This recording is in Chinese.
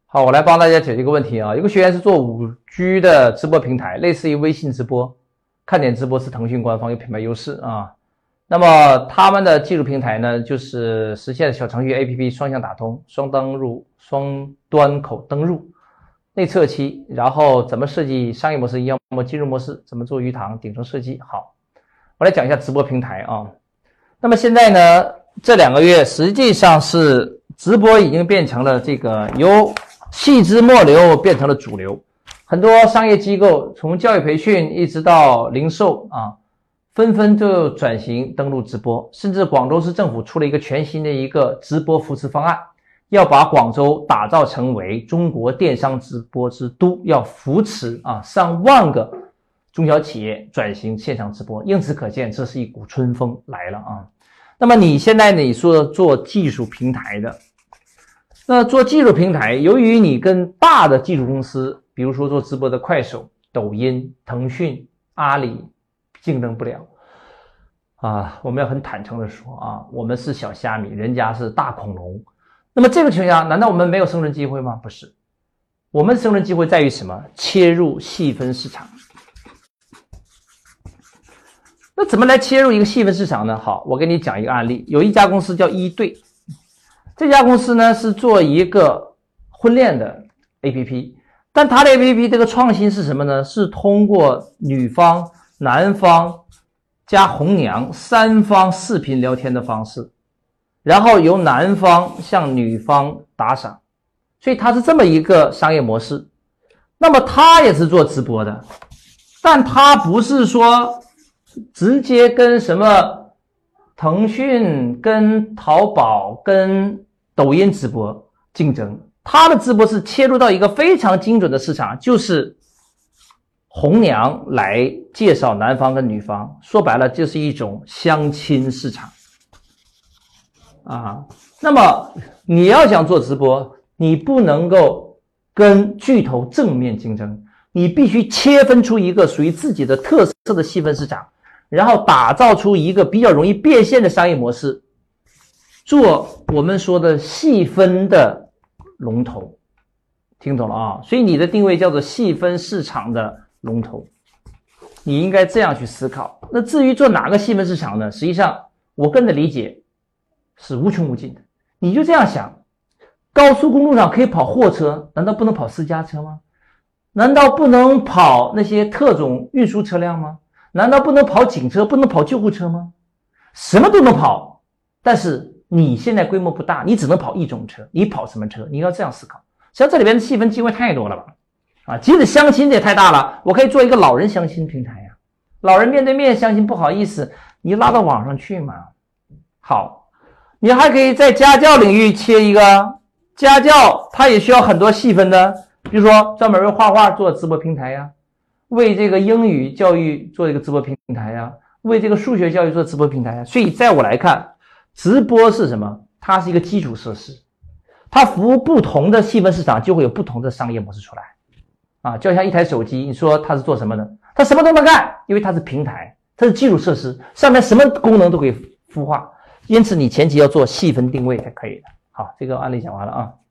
好，我来帮大家解决一个问题啊。有个学员是做 5G 的直播平台，类似于微信直播，看点直播是腾讯官方有品牌优势啊。那么他们的技术平台呢，就是实现小程序 APP 双向打通、双端口登入、内测期，然后怎么设计商业模式，要么进入模式，怎么做鱼塘顶层设计。好，我来讲一下直播平台啊。那么现在呢，这2个月实际上是直播已经变成了这个由细枝末流变成了主流，很多商业机构从教育培训一直到零售啊，纷纷就转型登陆直播，甚至广州市政府出了一个全新的一个直播扶持方案，要把广州打造成为中国电商直播之都，要扶持上万个中小企业转型线上直播，由此可见这是一股春风来了啊。那么你现在你说做技术平台的，那做技术平台，由于你跟大的技术公司，比如说做直播的快手、抖音、腾讯、阿里竞争不了啊，我们要很坦诚的说啊，我们是小虾米，人家是大恐龙。那么这个情况下，难道我们没有生存机会吗？不是，我们生存机会在于什么？切入细分市场。那怎么来切入一个细分市场呢？好，我给你讲一个案例，有一家公司叫一对。这家公司呢是做一个婚恋的 APP， 但它的 APP 这个创新是什么呢？是通过女方、男方加红娘3方视频聊天的方式，然后由男方向女方打赏，所以它是这么一个商业模式。那么它也是做直播的，但它不是说直接跟什么腾讯、跟淘宝、跟抖音直播竞争，他的直播是切入到一个非常精准的市场，就是红娘来介绍男方跟女方，说白了就是一种相亲市场啊。那么你要想做直播，你不能够跟巨头正面竞争，你必须切分出一个属于自己的特色的细分市场，然后打造出一个比较容易变现的商业模式，做我们说的细分的龙头，听懂了啊？所以你的定位叫做细分市场的龙头，你应该这样去思考。那至于做哪个细分市场呢？实际上我个人的理解是无穷无尽的。你就这样想，高速公路上可以跑货车，难道不能跑私家车吗？难道不能跑那些特种运输车辆吗？难道不能跑警车，不能跑救护车吗？什么都能跑，但是你现在规模不大，你只能跑一种车，你跑什么车？你要这样思考。实际上这里边的细分机会太多了吧？即使相亲也太大了，我可以做一个老人相亲平台呀，老人面对面相亲不好意思，你拉到网上去嘛。好，你还可以在家教领域切一个，家教它也需要很多细分的，比如说专门为画画做直播平台呀，为这个英语教育做一个直播平台呀，为这个数学教育做直播平台呀。所以在我来看，直播是什么？它是一个基础设施，它服务不同的细分市场，就会有不同的商业模式出来啊。就像一台手机，你说它是做什么的？它什么都能干，因为它是平台，它是基础设施，上面什么功能都可以孵化，因此你前期要做细分定位才可以的。好，这个案例讲完了啊。